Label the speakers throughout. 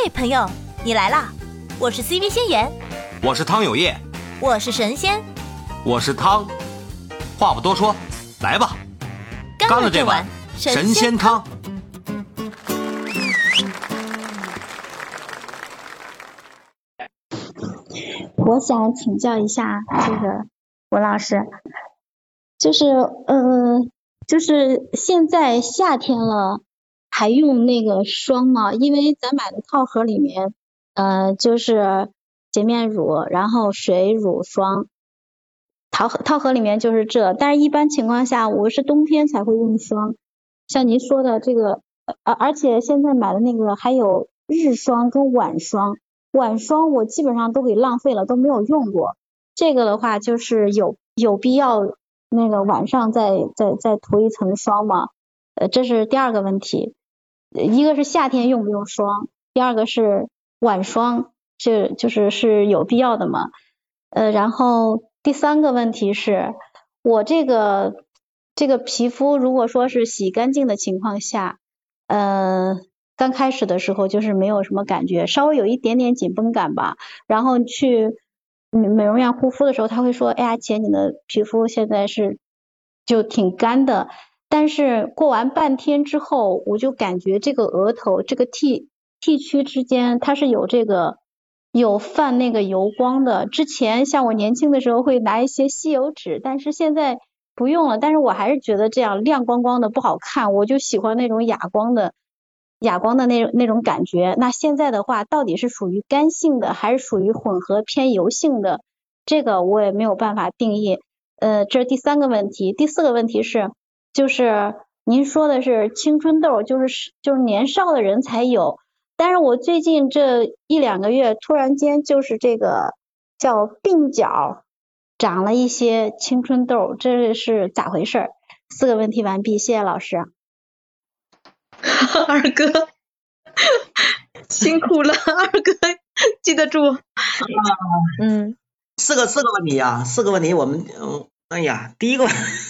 Speaker 1: 朋友，你来啦！我是 CV 仙言，
Speaker 2: 我是汤有业，
Speaker 1: 我是神仙，
Speaker 2: 我是汤。话不多说，来吧，干了这碗神仙汤。
Speaker 3: 我想请教一下这个文老师，就是现在夏天了，还用那个霜吗？因为咱买的套盒里面，就是洁面乳，然后水乳霜，套盒里面就是这，但是一般情况下我是冬天才会用霜，像您说的这个，而且现在买的那个还有日霜跟晚霜。晚霜我基本上都给浪费了，都没有用过。这个的话就是有必要那个晚上再涂一层霜吗？这是第二个问题。一个是夏天用不用霜，第二个是晚霜是有必要的吗？然后第三个问题是我这个皮肤如果说是洗干净的情况下，刚开始的时候就是没有什么感觉，稍微有一点点紧绷感吧，然后去美容院护肤的时候他会说，哎呀姐，你的皮肤现在是就挺干的，但是过完半天之后我就感觉这个额头这个 T 区之间它是有泛那个油光的。之前像我年轻的时候会拿一些吸油纸，但是现在不用了，但是我还是觉得这样亮光光的不好看，我就喜欢那种哑光的那种感觉。那现在的话到底是属于干性的还是属于混合偏油性的，这个我也没有办法定义。这是第三个问题。第四个问题是，就是您说的是青春痘，就是年少的人才有，但是我最近这1-2个月突然间就是这个叫鬓角长了一些青春痘，这是咋回事？4个问题完毕，谢谢老师。
Speaker 4: 二哥辛苦了，二哥记得住。
Speaker 5: 四个问题啊，4个问题我们第一个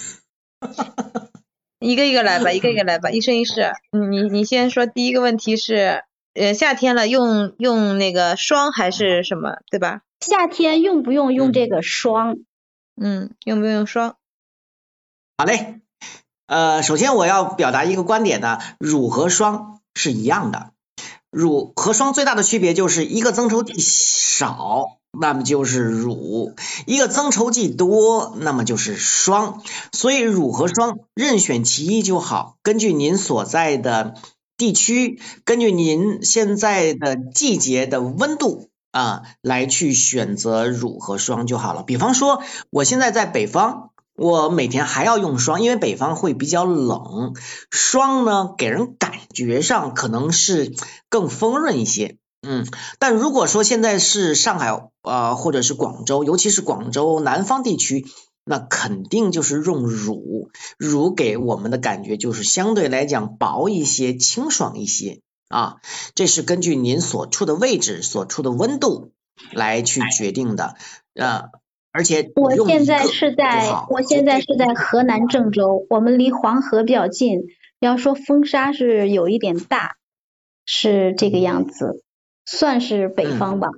Speaker 4: 一个一个来吧，一生一世。你先说第一个问题是夏天了用那个霜还是什么，对吧？
Speaker 3: 夏天用不用这个霜？
Speaker 4: 用不用霜？
Speaker 5: 好嘞。首先我要表达一个观点呢，乳和霜是一样的。乳和霜最大的区别就是一个增稠剂少，那么就是乳；一个增稠剂多，那么就是霜。所以乳和霜任选其一就好，根据您所在的地区，根据您现在的季节的温度来去选择乳和霜就好了。比方说我现在在北方，我每天还要用霜，因为北方会比较冷，霜呢给人感觉上可能是更丰润一些。但如果说现在是上海或者是广州，尤其是广州南方地区，那肯定就是用乳给我们的感觉就是相对来讲薄一些，清爽一些这是根据您所处的位置所处的温度来去决定的而且
Speaker 3: 我现在是在河南郑州，我们离黄河比较近，要说风沙是有一点大，是这个样子，算是北方吧。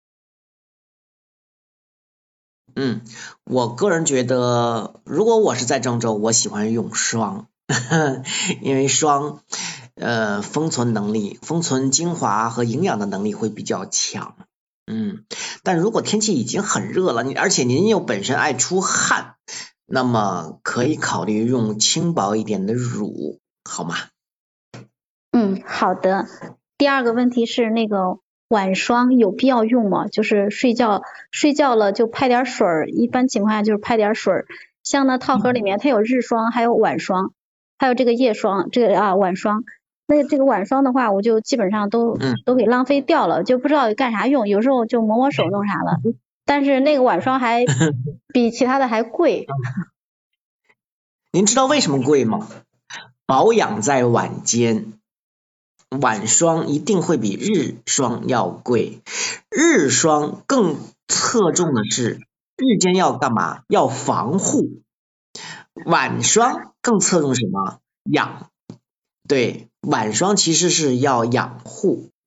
Speaker 5: 我个人觉得如果我是在郑州，我喜欢用霜因为霜封存精华和营养的能力会比较强。但如果天气已经很热了，而且您又本身爱出汗，那么可以考虑用轻薄一点的乳，好吗？
Speaker 3: 好的。第二个问题是那个晚霜有必要用吗？就是睡觉了就拍点水，一般情况下就是拍点水。像那套盒里面它有日霜还有晚霜，还有这个夜霜，晚霜。那这个晚霜的话我就基本上都给浪费掉了，就不知道干啥用，有时候就抹手弄啥了，但是那个晚霜还比其他的还贵。
Speaker 5: 您知道为什么贵吗？保养在晚间，晚霜一定会比日霜要贵。日霜更侧重的是日间要干嘛？要防护。晚霜更侧重什么？对，晚霜其实是要养护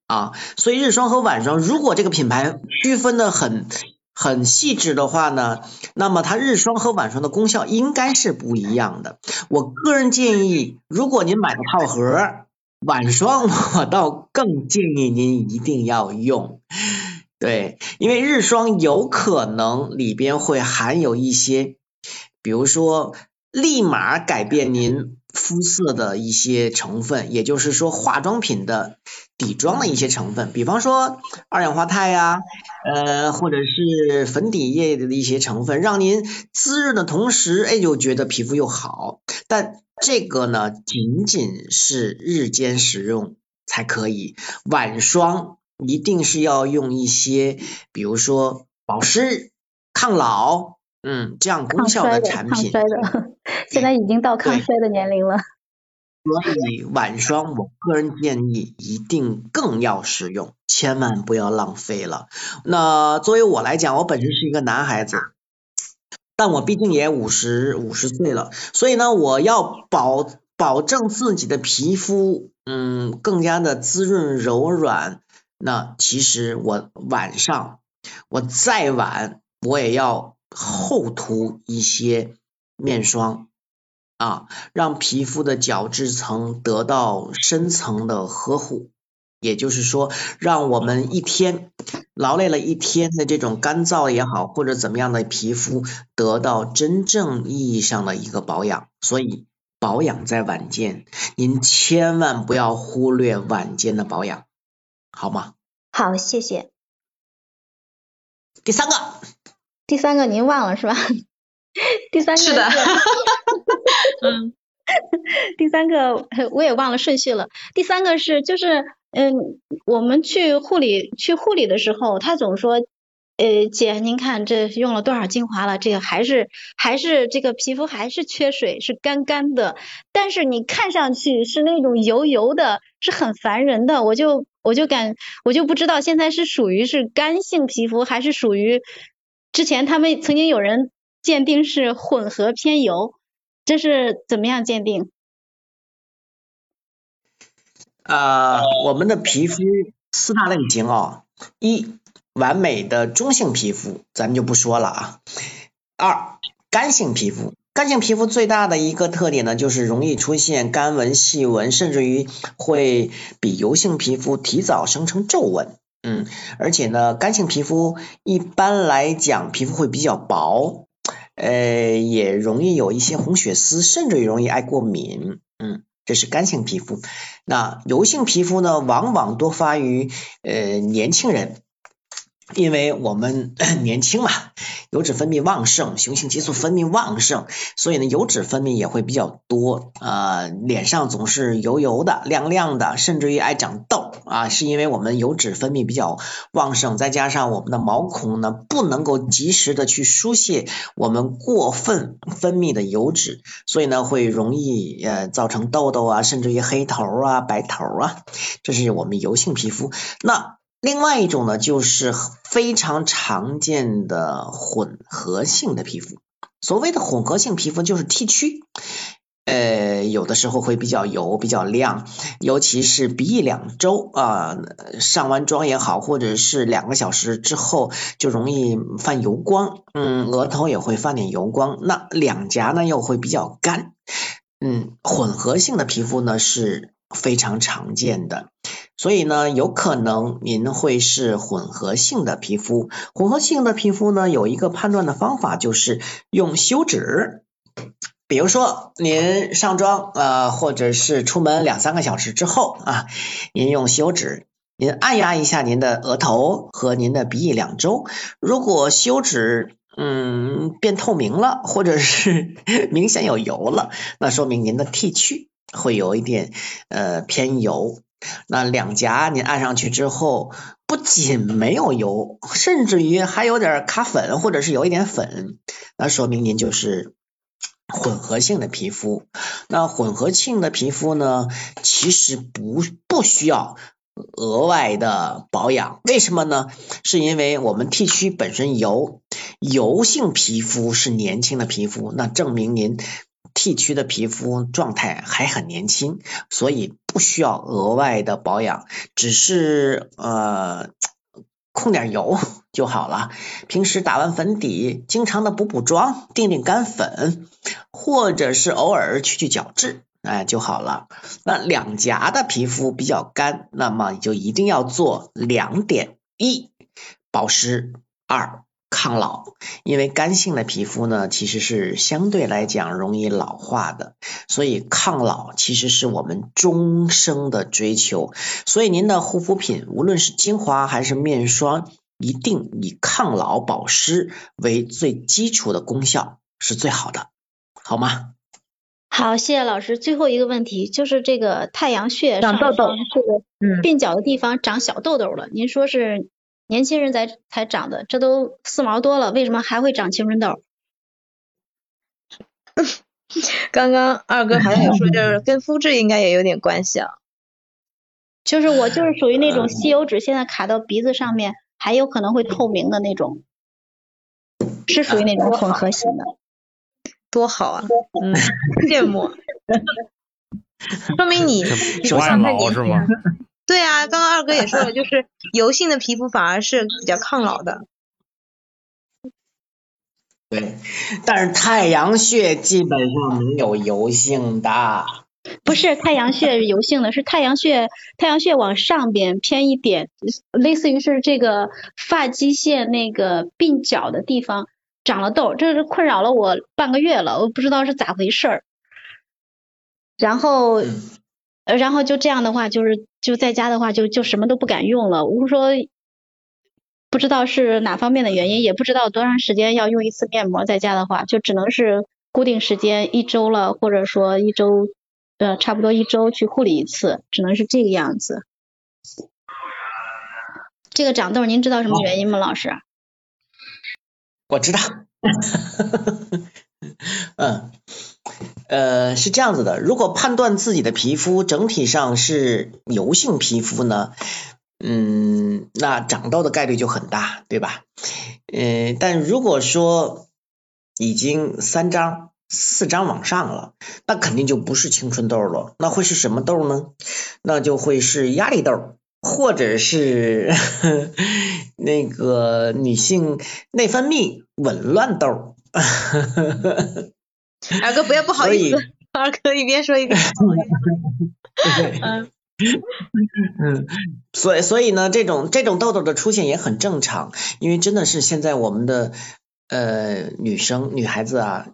Speaker 5: 所以日霜和晚霜，如果这个品牌区分的很细致的话呢，那么它日霜和晚霜的功效应该是不一样的。我个人建议，如果您买的套盒晚霜，我倒更建议您一定要用。对，因为日霜有可能里边会含有一些，比如说立马改变您肤色的一些成分，也就是说化妆品的底妆的一些成分，比方说二氧化钛呀，或者是粉底液的一些成分，让您滋润的同时，就觉得皮肤又好。但这个呢，仅仅是日间使用才可以，晚霜一定是要用一些，比如说保湿、抗老，这样功效的产品。
Speaker 3: 抗衰的，现在已经到抗衰的年龄了。
Speaker 5: 所以晚霜我个人建议一定更要使用，千万不要浪费了。那作为我来讲，我本身是一个男孩子，但我毕竟也50岁了，所以呢，我要保证自己的皮肤更加的滋润柔软。那其实我晚上我再晚我也要厚涂一些面霜让皮肤的角质层得到深层的呵护，也就是说让我们一天劳累了一天的这种干燥也好或者怎么样的皮肤得到真正意义上的一个保养。所以保养在晚间，您千万不要忽略晚间的保养，好吗？
Speaker 3: 好，谢谢。
Speaker 5: 第三个
Speaker 3: 您忘了是吧？第三个
Speaker 4: 是的
Speaker 3: 第三个我也忘了顺序了。第三个是就是我们去护理的时候，他总说姐您看这用了多少精华了，这个还是这个皮肤还是缺水，是干干的，但是你看上去是那种油油的，是很烦人的。我就不知道现在是属于是干性皮肤，还是属于之前他们曾经有人鉴定是混合偏油，这是怎么样鉴定？
Speaker 5: 我们的皮肤4大类型一完美的中性皮肤咱们就不说了2干性皮肤。干性皮肤最大的一个特点呢，就是容易出现干纹、细纹，甚至于会比油性皮肤提早生成皱纹。而且呢，干性皮肤一般来讲皮肤会比较薄，也容易有一些红血丝，甚至于容易爱过敏。这是干性皮肤。那油性皮肤呢，往往多发于年轻人，因为我们年轻嘛，油脂分泌旺盛，雄性激素分泌旺盛，所以呢油脂分泌也会比较多，脸上总是油油的、亮亮的，甚至于爱长痘是因为我们油脂分泌比较旺盛，再加上我们的毛孔呢不能够及时的去疏泄我们过分分泌的油脂，所以呢会容易造成痘痘甚至于黑头白头这是我们油性皮肤。那另外一种呢，就是非常常见的混合性的皮肤。所谓的混合性皮肤就是 T 区，有的时候会比较油、比较亮，尤其是鼻1、2周上完妆也好，或者是2个小时之后就容易泛油光，额头也会泛点油光，那两颊呢又会比较干。混合性的皮肤呢是非常常见的，所以呢有可能您会是混合性的皮肤。混合性的皮肤呢有一个判断的方法，就是用休止。比如说您上妆或者是出门2、3个小时之后您用休止，您按压一下您的额头和您的鼻1、2周，如果休止变透明了，或者是明显有油了，那说明您的 T 区会有一点偏油。那两颊您按上去之后，不仅没有油，甚至于还有点咖粉，或者是有一点粉，那说明您就是混合性的皮肤。那混合性的皮肤呢，其实不需要额外的保养。为什么呢？是因为我们 T 区本身油性皮肤是年轻的皮肤，那证明您 T 区的皮肤状态还很年轻，所以不需要额外的保养，只是控点油就好了。平时打完粉底，经常的补妆，定干粉，或者是偶尔去角质，就好了。那两颊的皮肤比较干，那么你就一定要做2点：一、保湿；二、抗老。因为干性的皮肤呢，其实是相对来讲容易老化的，所以抗老其实是我们终生的追求。所以您的护肤品，无论是精华还是面霜，一定以抗老保湿为最基础的功效，是最好的，好吗？
Speaker 3: 好，谢谢老师。最后一个问题就是这个太阳穴
Speaker 4: 长痘痘，
Speaker 3: 这个鬓角的地方长小痘痘了，您说是年轻人才长的，这都4毛多了，为什么还会长青春痘？
Speaker 4: 刚刚二哥好像有说，就是跟肤质应该也有点关系啊。
Speaker 3: 就是我就是属于那种吸油纸现在卡到鼻子上面，还有可能会透明的那种，是属于那种混合型的。
Speaker 4: 多好啊，羡慕。说明你
Speaker 6: 外老是吗？
Speaker 4: 对啊，刚刚二哥也说了，就是油性的皮肤反而是比较抗老的。
Speaker 5: 对，但是太阳穴基本上没有油性的。
Speaker 3: 不是太阳穴油性的，是太阳穴往上边偏一点，类似于是这个发际线那个鬓角的地方长了痘，这是困扰了我半个月了，我不知道是咋回事儿。然后就这样的话，就在家的话就什么都不敢用了。我说不知道是哪方面的原因，也不知道多长时间要用一次面膜，在家的话就只能是固定时间1周了，或者说1周差不多1周去护理一次，只能是这个样子。这个长痘您知道什么原因吗，老师？
Speaker 5: 我知道。是这样子的，如果判断自己的皮肤整体上是油性皮肤呢，那长痘的概率就很大，对吧？但如果说已经3张4张往上了，那肯定就不是青春痘了，那会是什么痘呢？那就会是压力痘，或者是那个女性内分泌紊乱痘。
Speaker 4: 二哥不要不好意思，二哥一边说一边
Speaker 5: 所以呢，这种痘痘的出现也很正常，因为真的是现在我们的女孩子啊，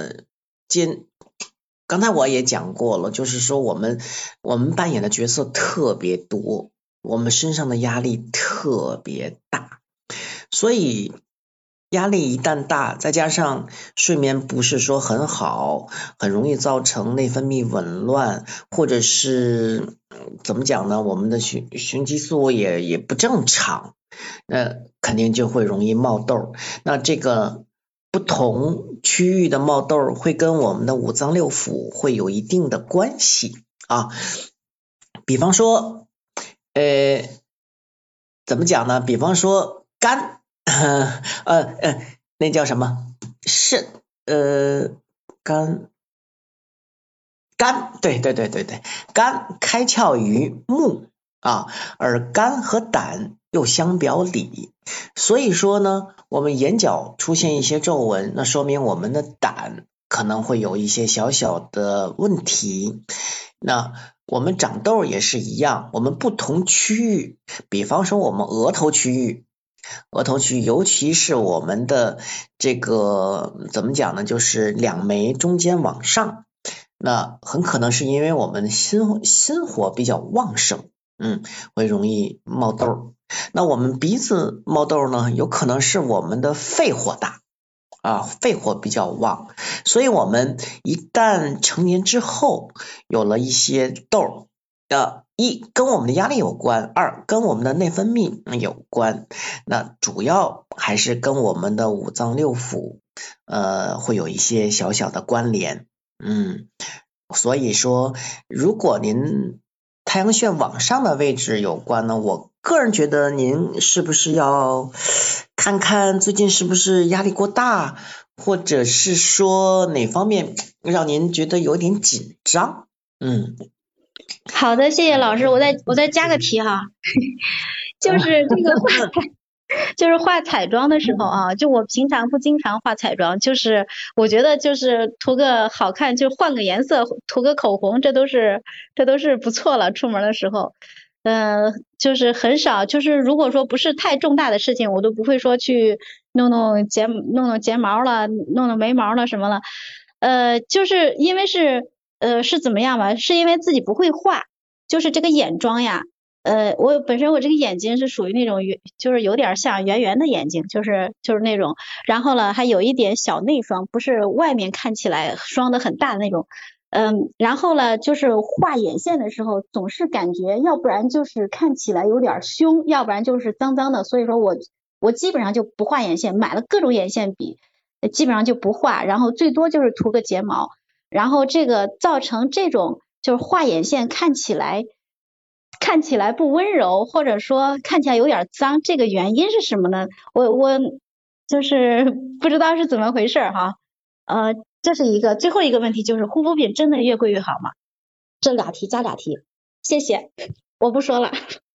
Speaker 5: 刚才我也讲过了，就是说我们扮演的角色特别多，我们身上的压力特别大，所以压力一旦大，再加上睡眠不是说很好，很容易造成内分泌紊乱，或者是怎么讲呢，我们的雄激素也不正常，肯定就会容易冒痘。那这个不同区域的冒痘会跟我们的五脏六腑会有一定的关系啊。比方说怎么讲呢，比方说肝那叫什么肾肝，对，肝开窍于目啊，而肝和胆又相表里，所以说呢，我们眼角出现一些皱纹，那说明我们的胆可能会有一些小小的问题。那我们长痘也是一样，我们不同区域，比方说我们额头区域，尤其是我们的这个怎么讲呢，就是两眉中间往上，那很可能是因为我们心火比较旺盛，会容易冒痘。那我们鼻子冒痘呢，有可能是我们的肺火大啊，肺火比较旺，所以我们一旦成年之后有了一些痘，一跟我们的压力有关，二跟我们的内分泌有关，那主要还是跟我们的五脏六腑会有一些小小的关联。所以说如果您太阳穴往上的位置有关呢，我个人觉得您是不是要看看最近是不是压力过大， 或者是说哪方面让您觉得有点紧张？
Speaker 3: 好的，谢谢老师，我再加个题哈，就是这个就是画彩妆的时候啊，就我平常不经常画彩妆，就是我觉得就是涂个好看，就换个颜色，涂个口红，这都是不错了，出门的时候。就是很少，就是如果说不是太重大的事情，我都不会说去弄睫毛了，弄眉毛了什么了。就是因为是怎么样吧？是因为自己不会画，就是这个眼妆呀。我本身这个眼睛是属于那种就是有点像圆圆的眼睛，就是那种，然后呢还有一点小内双，不是外面看起来双的很大的那种。然后呢，就是画眼线的时候，总是感觉要不然就是看起来有点凶，要不然就是脏脏的，所以说我基本上就不画眼线，买了各种眼线笔，基本上就不画，然后最多就是涂个睫毛，然后这个造成这种就是画眼线看起来不温柔，或者说看起来有点脏，这个原因是什么呢？我就是不知道是怎么回事哈。这是一个，最后一个问题就是护肤品真的越贵越好吗？这俩题加俩题，谢谢，我不说了。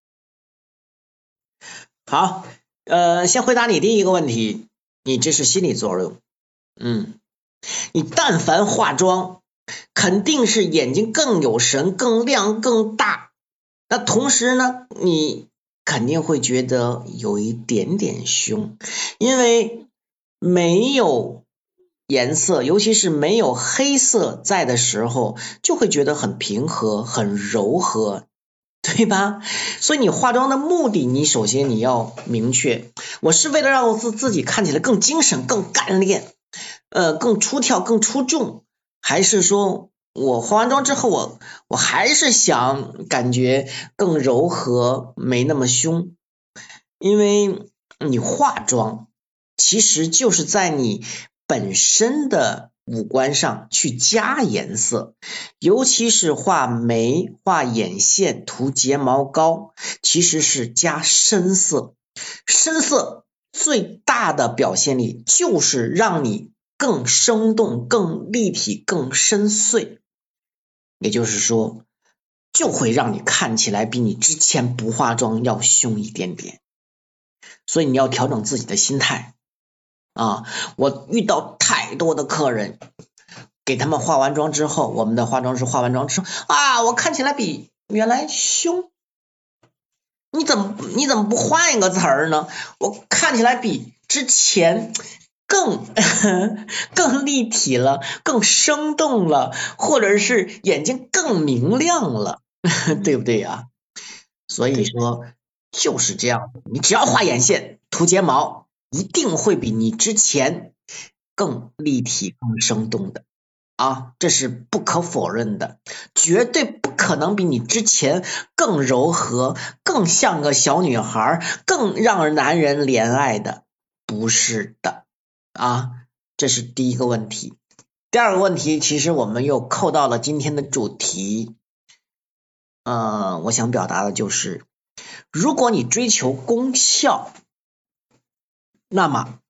Speaker 5: 好，先回答你第一个问题，你这是心理作用。你但凡化妆，肯定是眼睛更有神、更亮、更大。那同时呢，你肯定会觉得有一点点凶，因为没有颜色，尤其是没有黑色在的时候，就会觉得很平和、很柔和，对吧？所以你化妆的目的，你首先你要明确，我是为了让自己看起来更精神、更干练，更出挑、更出众，还是说我化完妆之后，我还是想感觉更柔和，没那么凶？因为你化妆其实就是在你本身的五官上去加颜色，尤其是画眉、画眼线、涂睫毛膏，其实是加深色。深色最大的表现力就是让你更生动、更立体、更深邃，也就是说，就会让你看起来比你之前不化妆要凶一点点。所以你要调整自己的心态。我遇到太多的客人，给他们化完妆之后，我们的化妆师化完妆之后我看起来比原来凶。你怎么不换一个词儿呢？我看起来比之前更立体了，更生动了，或者是眼睛更明亮了，对不对呀？所以说就是这样，你只要画眼线、涂睫毛，一定会比你之前更立体、更生动的这是不可否认的，绝对不可能比你之前更柔和、更像个小女孩、更让男人怜爱的，不是的这是第一个问题。第二个问题，其实我们又扣到了今天的主题。我想表达的就是，如果你追求功效，那么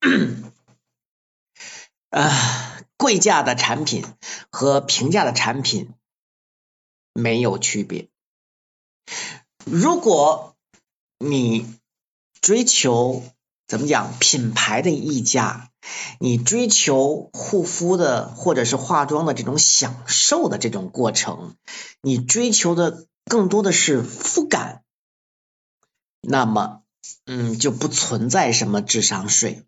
Speaker 5: 贵价的产品和平价的产品没有区别。如果你追求怎么讲品牌的溢价，你追求护肤的或者是化妆的这种享受的这种过程，你追求的更多的是肤感，那么就不存在什么智商税。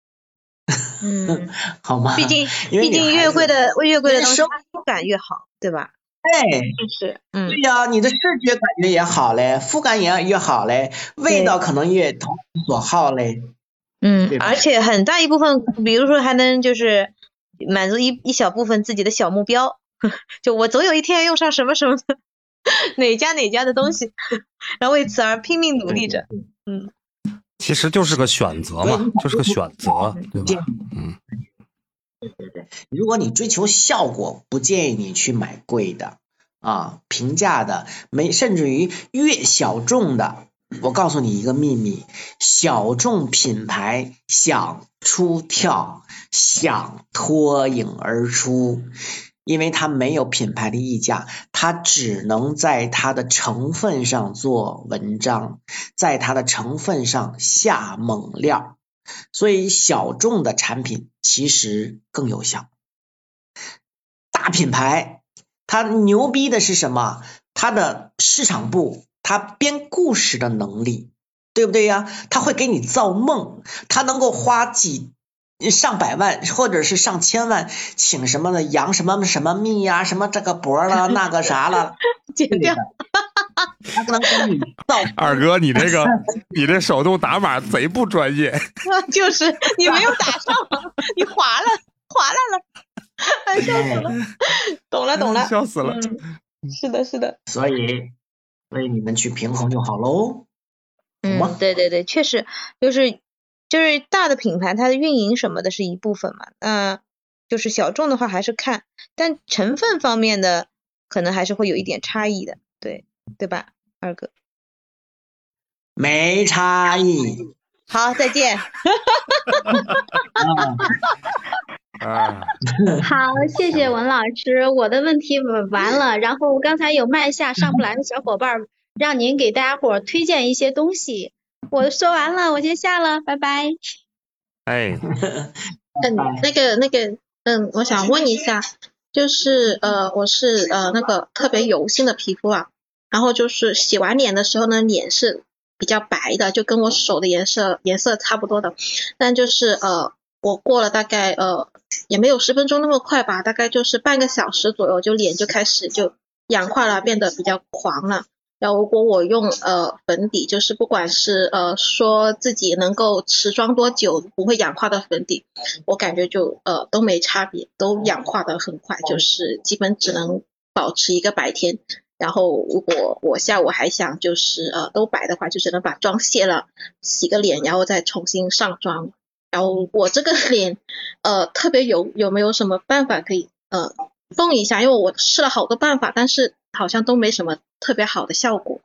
Speaker 5: 好吗？
Speaker 4: 毕竟越贵的东西肤感越好，对吧？就是
Speaker 5: 对呀，你的视觉感觉也好嘞，肤感也越好嘞，味道可能越投其所好嘞。
Speaker 4: 而且很大一部分，比如说还能就是满足一小部分自己的小目标，就我总有一天用上什么什么哪家的东西，然后为此而拼命努力着。
Speaker 2: 其实就是个选择嘛，就是个选择，对吧？
Speaker 5: 对，如果你追求效果，不建议你去买贵的平价的，甚至于越小众的我告诉你一个秘密，小众品牌想出跳，想脱颖而出，因为它没有品牌的溢价，它只能在它的成分上做文章，在它的成分上下猛料，所以小众的产品其实更有效。大品牌它牛逼的是什么？它的市场部，它编故事的能力，对不对呀？它会给你造梦，它能够花上百万或者是上千万请什么的杨什么什么蜜呀，什么这个博了那个啥了，
Speaker 4: 剪掉。
Speaker 5: 他能给你造。
Speaker 6: 二哥，你这手动打码贼不专业。
Speaker 4: 就是你没有打上，你划烂了，笑死了。懂了，
Speaker 6: 笑死了。
Speaker 4: 是的。
Speaker 5: 所以你们去平衡就好喽。
Speaker 4: 对，确实就是大的品牌它的运营什么的是一部分嘛，就是小众的话还是看，但成分方面的可能还是会有一点差异的，对吧，二哥？
Speaker 5: 没差异。
Speaker 4: 好，再见。
Speaker 3: 好，谢谢文老师，我的问题完了。然后刚才有麦下上不来的小伙伴，让您给大家伙推荐一些东西。我说完了，我先下了，拜拜。
Speaker 7: 我想问一下，就是我是那个特别油性的皮肤啊，然后就是洗完脸的时候呢，脸是比较白的，就跟我手的颜色差不多的，但就是我过了大概也没有10分钟那么快吧，大概就是半个小时左右，就脸就开始就氧化了，变得比较黄了。然后如果我用粉底，就是不管是说自己能够持妆多久不会氧化的粉底，我感觉就都没差别，都氧化的很快，就是基本只能保持一个白天。然后如果我下午还想就是都白的话，就只能把妆卸了，洗个脸，然后再重新上妆。然后我这个脸特别油，有没有什么办法可以动一下？因为我试了好多办法，但是好像都没什么特别好的效果。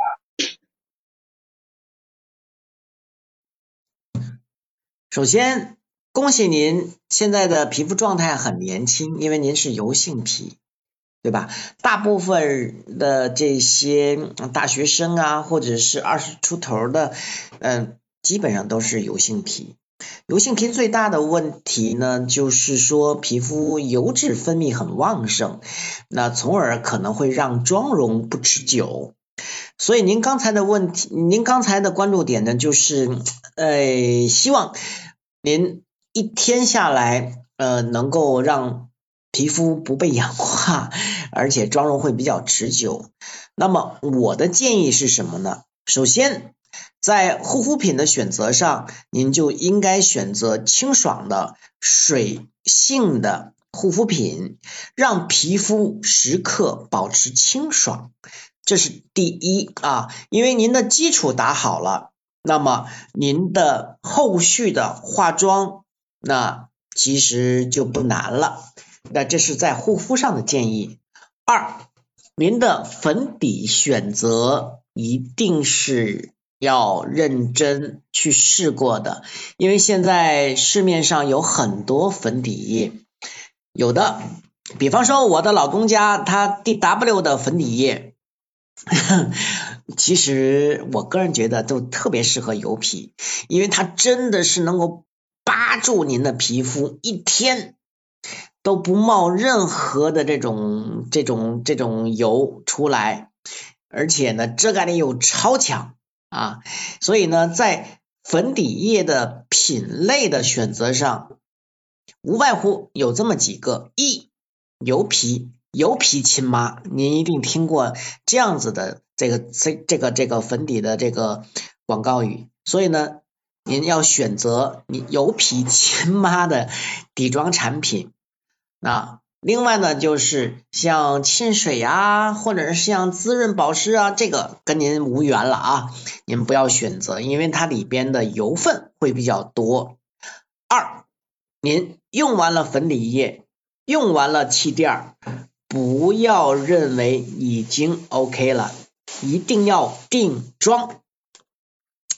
Speaker 5: 首先恭喜您现在的皮肤状态很年轻，因为您是油性皮，对吧？大部分的这些大学生啊，或者是20出头的基本上都是油性皮。油性皮最大的问题呢，就是说皮肤油脂分泌很旺盛，那从而可能会让妆容不持久。所以您刚才的关注点呢，就是希望您一天下来能够让皮肤不被氧化，而且妆容会比较持久。那么我的建议是什么呢？首先在护肤品的选择上，您就应该选择清爽的水性的护肤品，让皮肤时刻保持清爽，这是第一啊。因为您的基础打好了，那么您的后续的化妆那其实就不难了。那这是在护肤上的建议。二，您的粉底选择一定是要认真去试过的，因为现在市面上有很多粉底液，有的比方说我的老公家他 DW 的粉底液其实我个人觉得都特别适合油皮，因为它真的是能够扒住您的皮肤，一天都不冒任何的这种油出来，而且呢遮盖力又超强啊，所以呢在粉底液的品类的选择上，无外乎有这么几个：一，油皮亲妈，您一定听过这样子的这个粉底的这个广告语，所以呢您要选择你油皮亲妈的底妆产品。那另外呢就是像沁水啊，或者是像滋润保湿啊，这个跟您无缘了啊，您不要选择，因为它里边的油分会比较多。二，您用完了粉底液，用完了气垫，不要认为已经 OK 了，一定要定妆。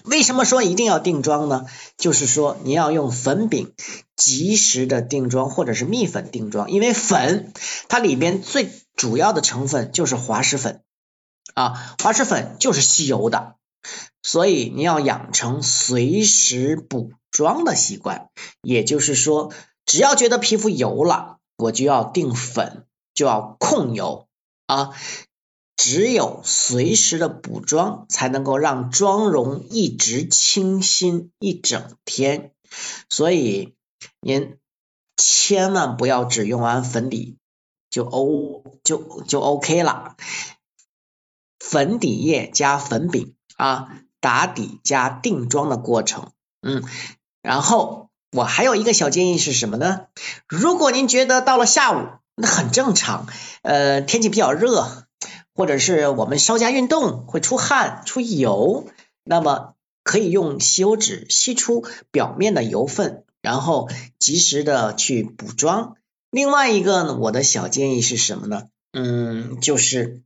Speaker 5: 为什么说一定要定妆呢？就是说你要用粉饼及时的定妆，或者是蜜粉定妆，因为粉它里边最主要的成分就是滑石粉啊，滑石粉就是吸油的，所以你要养成随时补妆的习惯，也就是说只要觉得皮肤油了，我就要定粉，就要控油啊。只有随时的补妆，才能够让妆容一直清新一整天。所以您千万不要只用完粉底就 OK 了，粉底液加粉饼啊，打底加定妆的过程。然后我还有一个小建议是什么呢？如果您觉得到了下午那很正常，天气比较热，或者是我们稍加运动会出汗出油，那么可以用吸油纸吸出表面的油分，然后及时的去补妆。另外一个呢，我的小建议是什么呢？就是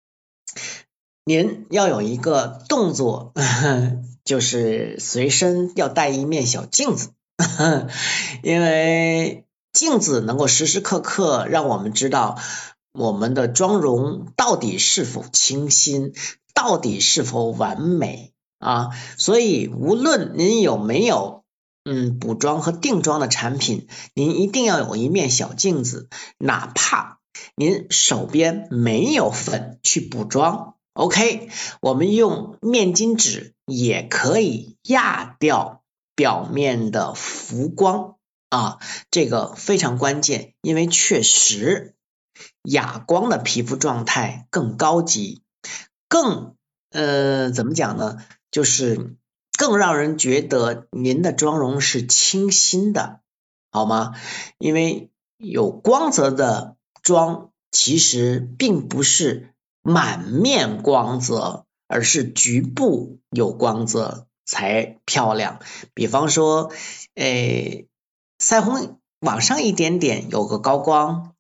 Speaker 5: 您要有一个动作，就是随身要带一面小镜子，因为镜子能够时时刻刻让我们知道我们的妆容到底是否清新，到底是否完美啊。所以无论您有没有补妆和定妆的产品，您一定要有一面小镜子，哪怕您手边没有粉去补妆 OK， 我们用面巾纸也可以压掉表面的浮光啊，这个非常关键，因为确实哑光的皮肤状态更高级，更怎么讲呢，就是更让人觉得您的妆容是清新的，好吗？因为有光泽的妆其实并不是满面光泽，而是局部有光泽才漂亮。比方说腮红往上一点点有个高光，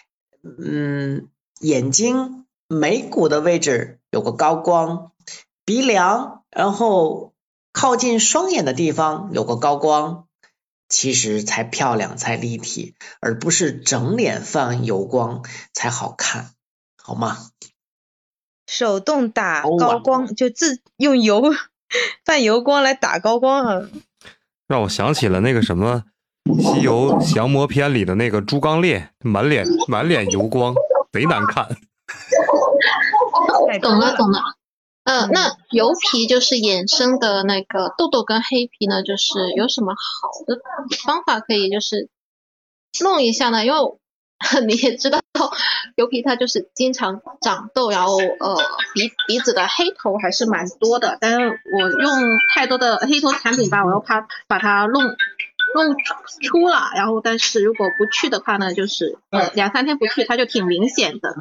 Speaker 5: 眼睛眉骨的位置有个高光，鼻梁然后靠近双眼的地方有个高光，其实才漂亮才立体，而不是整脸泛油光才好看，好吗？
Speaker 4: 手动打高光，就自用油泛油光来打高光啊，
Speaker 6: 让我想起了那个什么西游降魔篇里的那个猪刚烈，满脸油光，贼难看。
Speaker 7: 懂了。那油皮就是衍生的那个痘痘跟黑皮呢，就是有什么好的方法可以就是弄一下呢？因为你也知道油皮它就是经常长痘，然后鼻子的黑头还是蛮多的，但是我用太多的黑头产品吧，我又怕把它弄出了，然后但是如果不去的话呢，就是2-3天不去它就挺明显的。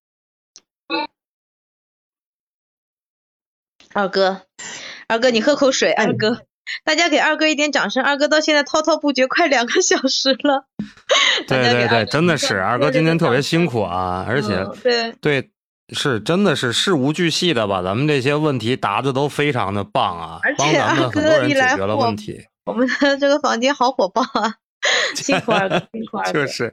Speaker 4: 二哥你喝口水，二哥，大家给二哥一点掌声，二哥到现在滔滔不绝快2个小时了。
Speaker 6: 对，真的是二哥今天特别辛苦啊，而且对是真的是事无巨细的把咱们这些问题答的都非常的棒啊，帮咱们很多人解决了问题。
Speaker 4: 我们的这个房间好火爆啊，辛苦二哥，辛苦二哥。
Speaker 6: 就是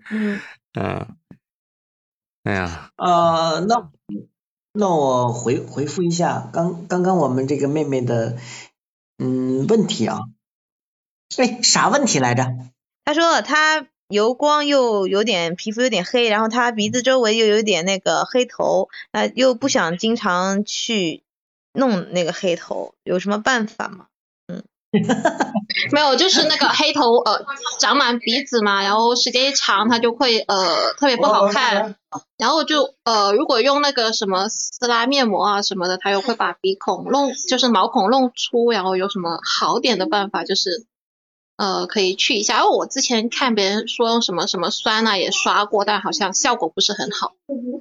Speaker 6: 哎呀，
Speaker 5: 那我回复一下刚刚我们这个妹妹的问题啊。啥问题来着？
Speaker 4: 她说她油光又有点皮肤有点黑，然后她鼻子周围又有点那个黑头，又不想经常去弄那个黑头，有什么办法吗？
Speaker 7: 没有，就是那个黑头长满鼻子嘛，然后时间一长它就会特别不好看，然后就如果用那个什么撕拉面膜啊什么的，它又会把鼻孔就是毛孔弄粗，然后有什么好点的办法就是可以去一下，因为我之前看别人说用什么什么酸啊也刷过，但好像效果不是很好。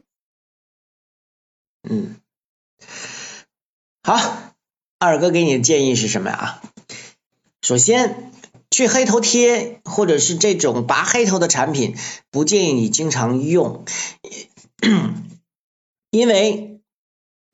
Speaker 5: 好，二哥给你的建议是什么呀？首先，去黑头贴或者是这种拔黑头的产品，不建议你经常用，因为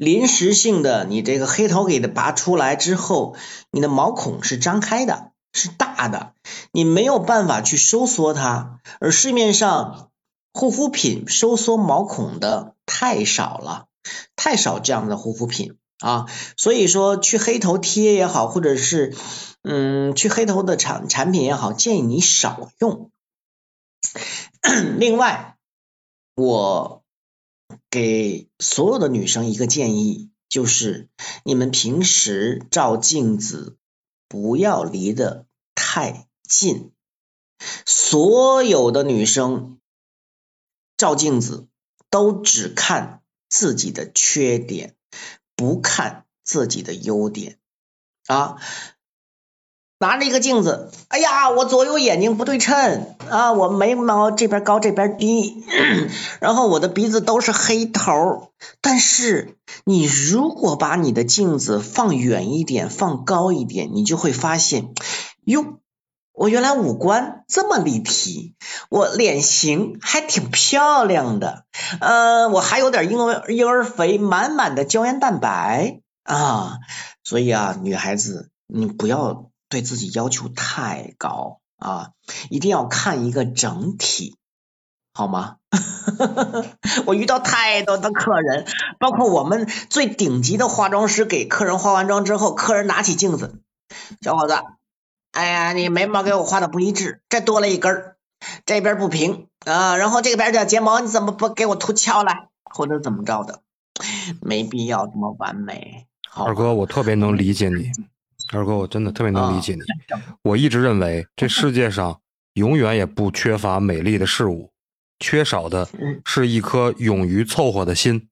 Speaker 5: 临时性的你这个黑头给它拔出来之后，你的毛孔是张开的，是大的，你没有办法去收缩它，而市面上护肤品收缩毛孔的太少了，太少这样的护肤品啊，所以说去黑头贴也好，或者是去黑头的产品也好，建议你少用。另外，我给所有的女生一个建议，就是你们平时照镜子不要离得太近。所有的女生照镜子都只看自己的缺点，不看自己的优点啊。拿着一个镜子，哎呀，我左右眼睛不对称啊，我眉毛这边高这边低，然后我的鼻子都是黑头。但是你如果把你的镜子放远一点，放高一点，你就会发现，哟，我原来五官这么立体，我脸型还挺漂亮的，我还有点婴儿肥，满满的胶原蛋白啊。所以啊，女孩子你不要对自己要求太高啊，一定要看一个整体，好吗？我遇到太多的客人，包括我们最顶级的化妆师，给客人化完妆之后，客人拿起镜子，小伙子，哎呀，你眉毛给我画的不一致，这多了一根，这边不平啊，然后这边的睫毛你怎么不给我涂翘了，或者怎么着的，没必要这么完美。
Speaker 6: 二哥，我特别能理解你。二哥，我真的特别能理解你。我一直认为这世界上永远也不缺乏美丽的事物，缺少的是一颗勇于凑合的心。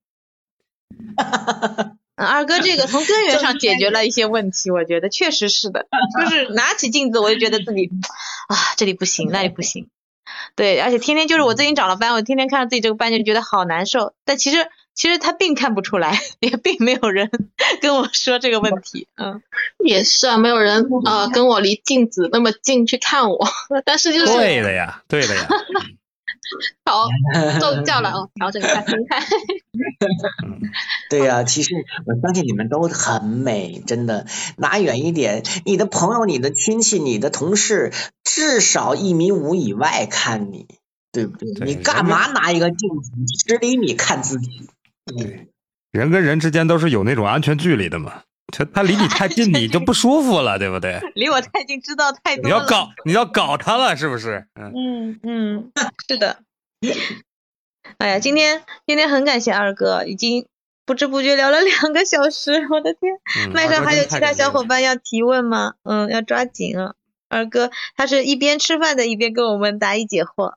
Speaker 4: 二哥这个从根源上解决了一些问题，我觉得确实是的。就是拿起镜子我就觉得自己这里不行那里不行，对，而且天天就是我最近长了斑，我天天看到自己这个斑就觉得好难受，但其实他并看不出来，也并没有人跟我说这个问题。
Speaker 7: 也是啊，没有人跟我离镜子那么近去看我，但是就是
Speaker 6: 对的呀。
Speaker 7: 好，受教了调整一下心态。
Speaker 5: 对呀，其实我相信你们都很美，真的。拿远一点，你的朋友、你的亲戚、你的同事，至少1.5米以外看你，对不对？你干嘛拿一个镜子10厘米看自己？
Speaker 6: 人跟人之间都是有那种安全距离的嘛，他离你太近你就不舒服了，对不对？
Speaker 4: 离我太近知道太多了，
Speaker 6: 你要搞他了是不是？
Speaker 4: 是的。哎呀，今天很感谢二哥，已经不知不觉聊了2个小时，我的天！麦上还有其他小伙伴要提问吗？要抓紧啊！二哥他是一边吃饭的一边跟我们答疑解惑。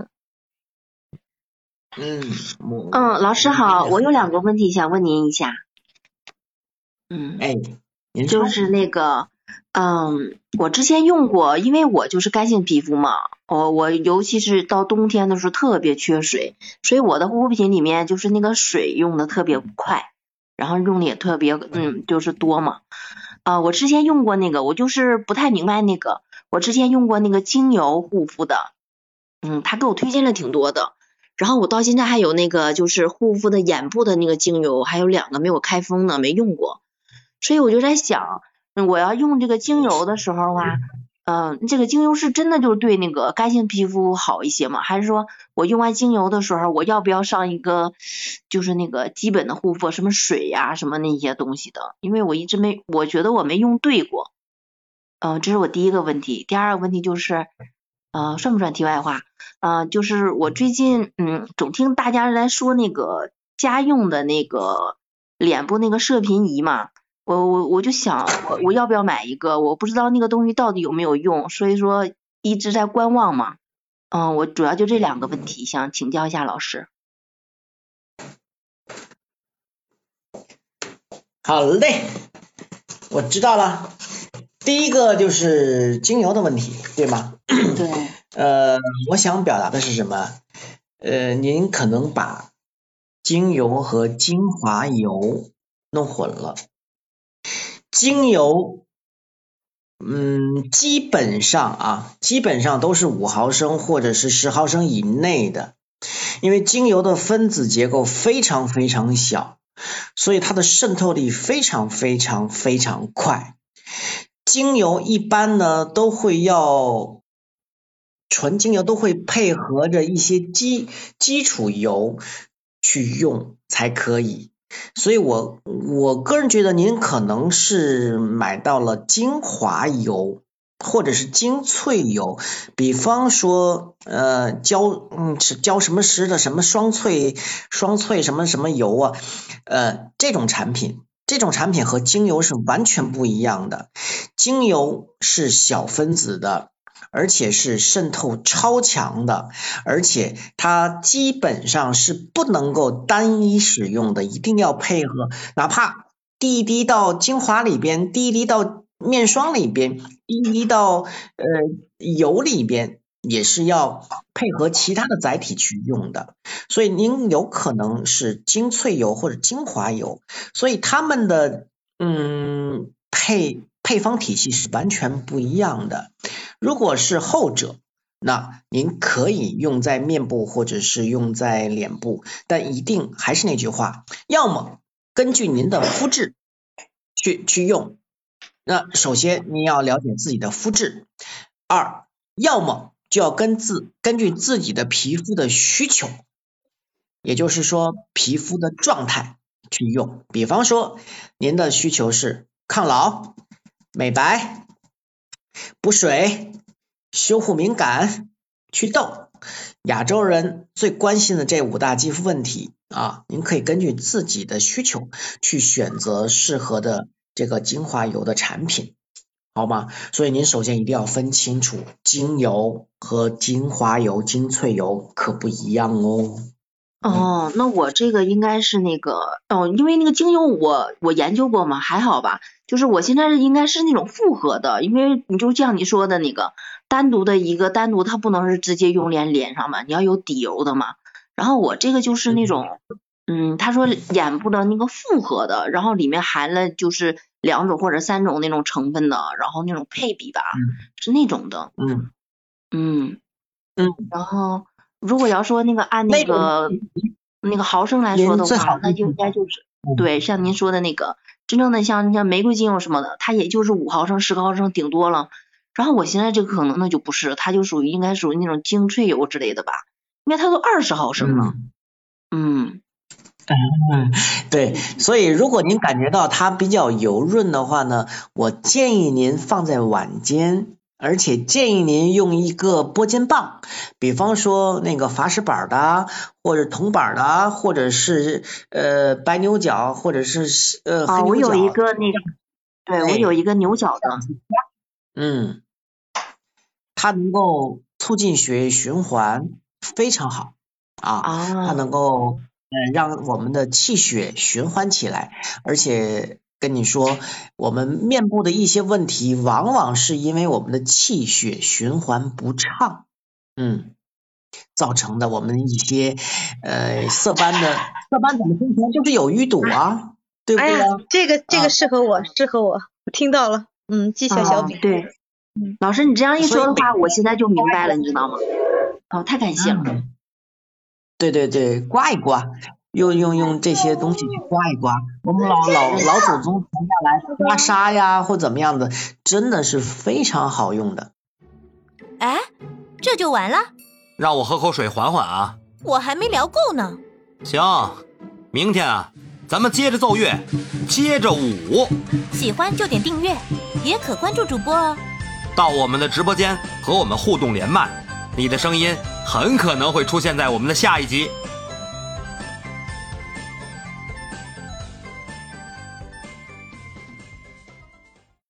Speaker 8: 老师好，我有2个问题想问您一下。就是那个我之前用过，因为我就是干性皮肤嘛，我尤其是到冬天的时候特别缺水，所以我的护肤品里面就是那个水用的特别快，然后用的也特别就是多嘛。我之前用过那个，我就是不太明白那个，我之前用过那个精油护肤的，他给我推荐了挺多的，然后我到现在还有那个就是护肤的眼部的那个精油，还有2个没有开封呢，没用过，所以我就在想，我要用这个精油的时候啊，这个精油是真的就是对那个干性皮肤好一些吗？还是说我用完精油的时候，我要不要上一个就是那个基本的护肤，什么水呀，什么那些东西的？因为我觉得我没用对过。这是我第一个问题。第二个问题就是，算不算题外话？就是我最近总听大家来说那个家用的那个脸部那个射频仪嘛。我就想我要不要买一个，我不知道那个东西到底有没有用，所以说一直在观望嘛。我主要就这2个问题想请教一下老师。
Speaker 5: 好嘞，我知道了。第一个就是精油的问题，对吗？
Speaker 8: 对。
Speaker 5: 我想表达的是什么？您可能把精油和精华油弄混了。精油基本上都是5毫升或者是10毫升以内的，因为精油的分子结构非常非常小， 所以它的渗透力非常非常非常快。精油一般呢都会要纯精油都会配合着一些基础油去用才可以，所以我个人觉得您可能是买到了精华油或者是精粹油，比方说焦什么石的什么双萃什么什么油啊，这种产品和精油是完全不一样的。精油是小分子的，而且是渗透超强的，而且它基本上是不能够单一使用的，一定要配合，哪怕滴一滴到精华里边，滴一滴到面霜里边，滴一滴到油里边，也是要配合其他的载体去用的。所以您有可能是精粹油或者精华油，所以它们的配方体系是完全不一样的。如果是后者，那您可以用在面部或者是用在脸部，但一定还是那句话，要么根据您的肤质去用，那首先您要了解自己的肤质，二，要么就要根据自己的皮肤的需求，也就是说皮肤的状态去用。比方说您的需求是抗老、美白、补水、修护敏感、祛痘，亚洲人最关心的这5大肌肤问题啊，您可以根据自己的需求去选择适合的这个精华油的产品，好吗？所以您首先一定要分清楚，精油和精华油、精粹油可不一样哦。
Speaker 8: 哦，那我这个应该是那个因为那个精油我研究过嘛，还好吧，就是我现在应该是那种复合的，因为你就像你说的那个单独它不能是直接用脸上嘛，你要有底油的嘛。然后我这个就是那种他说眼部的那个复合的，然后里面含了就是2种或者3种那种成分的，然后那种配比吧，是那种的。然后如果要说那个按那个毫升来说的话，那就应该就是对，像您说的那个真正的像玫瑰精油什么的，它也就是5毫升、10毫升顶多了。然后我现在这个可能那就不是，它就应该属于那种精粹油之类的吧，因为它都20毫升了。
Speaker 5: 对，所以如果您感觉到它比较油润的话呢，我建议您放在晚间，而且建议您用一个拨肩棒，比方说那个法式板的，或者铜板的，或者是白牛角，或者是黑牛角。
Speaker 8: 我有一个那个，对，我有一个牛角的。
Speaker 5: 它能够促进血液循环，非常好它能够让我们的气血循环起来，而且跟你说，我们面部的一些问题往往是因为我们的气血循环不畅造成的。我们一些色斑怎么生成，就是有淤堵啊，对不对啊？
Speaker 4: 这个适合我，我听到了。记下小笔。
Speaker 8: 对，老师你这样一说的话，我现在就明白了，你知道吗？太感谢了。
Speaker 5: 对，刮一刮，用这些东西去刮一刮，我们老祖宗传下来刮痧呀或怎么样的，真的是非常好用的。
Speaker 1: 哎，这就完了？
Speaker 2: 让我喝口水缓缓啊。
Speaker 1: 我还没聊够呢。
Speaker 2: 行，明天啊咱们接着奏乐，接着舞。
Speaker 1: 喜欢就点订阅，也可关注主播哦。
Speaker 2: 到我们的直播间和我们互动连麦，你的声音很可能会出现在我们的下一集。